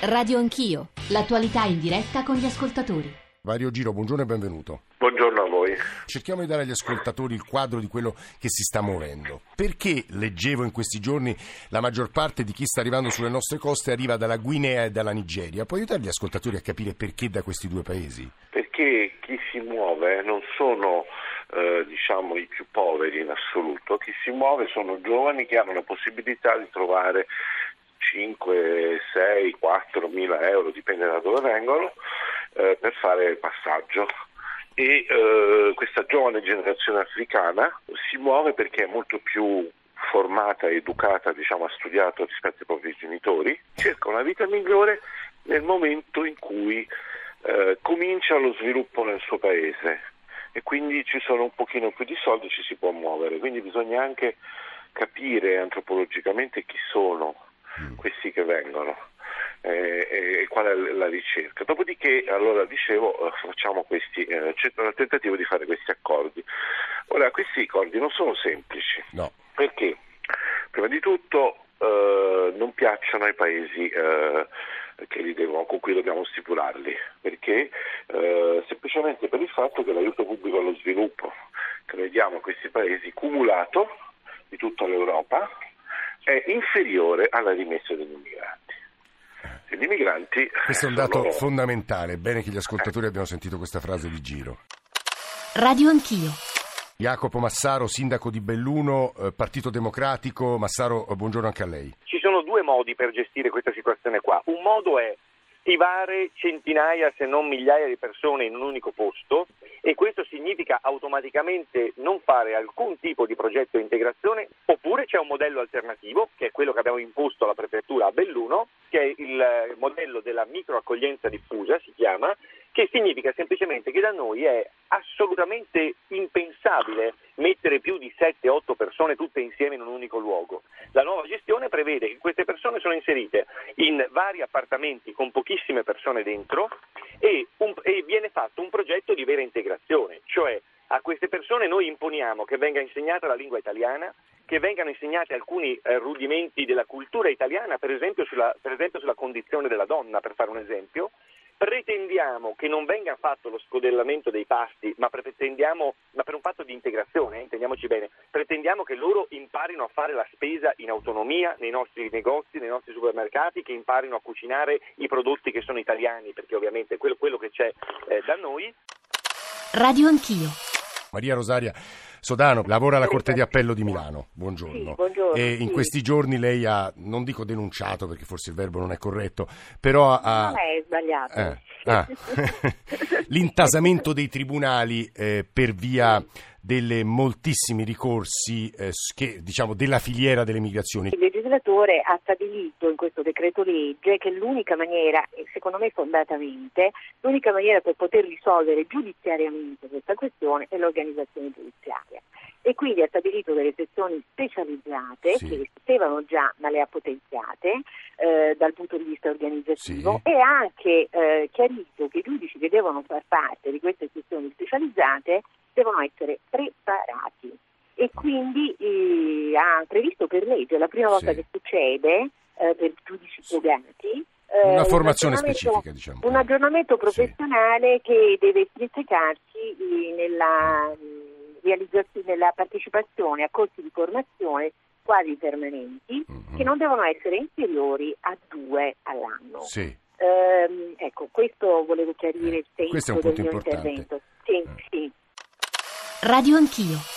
Radio Anch'io, l'attualità in diretta con gli ascoltatori. Mario Giro, buongiorno e benvenuto. Buongiorno a voi. Cerchiamo di dare agli ascoltatori il quadro di quello che si sta muovendo. Perché, leggevo in questi giorni, la maggior parte di chi sta arrivando sulle nostre coste arriva dalla Guinea e dalla Nigeria? Puoi aiutare gli ascoltatori a capire perché da questi due paesi? Perché chi si muove non sono i più poveri in assoluto. Chi si muove sono giovani che hanno la possibilità di trovare 5, 6, 4 mila euro, dipende da dove vengono, per fare il passaggio. E questa giovane generazione africana si muove perché è molto più formata, educata, ha studiato rispetto ai propri genitori, cerca una vita migliore nel momento in cui comincia lo sviluppo nel suo paese e quindi ci sono un pochino più di soldi, ci si può muovere, quindi bisogna anche capire antropologicamente chi sono questi che vengono e qual è la ricerca. Dopodiché, allora dicevo, facciamo c'è un tentativo di fare questi accordi. Ora, questi accordi non sono semplici, no. Perché prima di tutto non piacciono ai paesi con cui dobbiamo stipularli, perché semplicemente per il fatto che l'aiuto pubblico allo sviluppo che noi diamo a questi paesi cumulato di tutta l'Europa è inferiore alla rimessa degli immigranti. E gli immigranti questo è un dato fondamentale, bene che gli ascoltatori abbiano sentito questa frase di Giro. Radio Anch'io. Jacopo Massaro, sindaco di Belluno, Partito Democratico. Massaro, buongiorno anche a lei. Ci sono due modi per gestire questa situazione qua. Un modo è attivare centinaia se non migliaia di persone in un unico posto, e questo significa automaticamente non fare alcun tipo di progetto di integrazione, oppure c'è un modello alternativo, che è quello che abbiamo imposto alla prefettura a Belluno, che è il modello della microaccoglienza diffusa, si chiama, che significa semplicemente che da noi è assolutamente impensabile mettere più di 7-8 persone tutte insieme in un unico luogo. La nuova gestione prevede che queste persone sono inserite in vari appartamenti con pochissime persone dentro e viene fatto un progetto di vera integrazione, cioè a queste persone noi imponiamo che venga insegnata la lingua italiana, che vengano insegnati alcuni rudimenti della cultura italiana, per esempio sulla condizione della donna, per fare un esempio. Pretendiamo che non venga fatto lo scodellamento dei pasti, ma per un fatto di integrazione, intendiamoci bene, pretendiamo che loro imparino a fare la spesa in autonomia nei nostri negozi, nei nostri supermercati, che imparino a cucinare i prodotti che sono italiani, perché ovviamente è quello che c'è da noi. Radio Anch'io. Maria Rosaria Sodano lavora alla Corte di Appello di Milano. Buongiorno. Sì, buongiorno. E in questi giorni lei ha, non dico denunciato perché forse il verbo non è corretto, però ha... Non è sbagliato. L'intasamento dei tribunali per via delle moltissimi ricorsi della filiera delle migrazioni. Il legislatore ha stabilito in questo decreto legge che l'unica maniera, e secondo me fondatamente, l'unica maniera per poter risolvere giudiziariamente questa questione è l'organizzazione giudiziaria. E quindi ha stabilito delle sezioni specializzate che esistevano già, ma le ha potenziate dal punto di vista organizzativo, e ha anche chiarito che i giudici che devono far parte di queste sezioni specializzate devono essere preparati, e quindi ha previsto per legge, la prima volta che succede per giudici togati, una formazione specifica, diciamo. Un aggiornamento professionale che deve esplicarsi nella partecipazione a corsi di formazione quasi permanenti, che non devono essere inferiori a 2 all'anno. Ecco, questo volevo chiarire il senso del mio intervento. Sì. Radio Anch'io.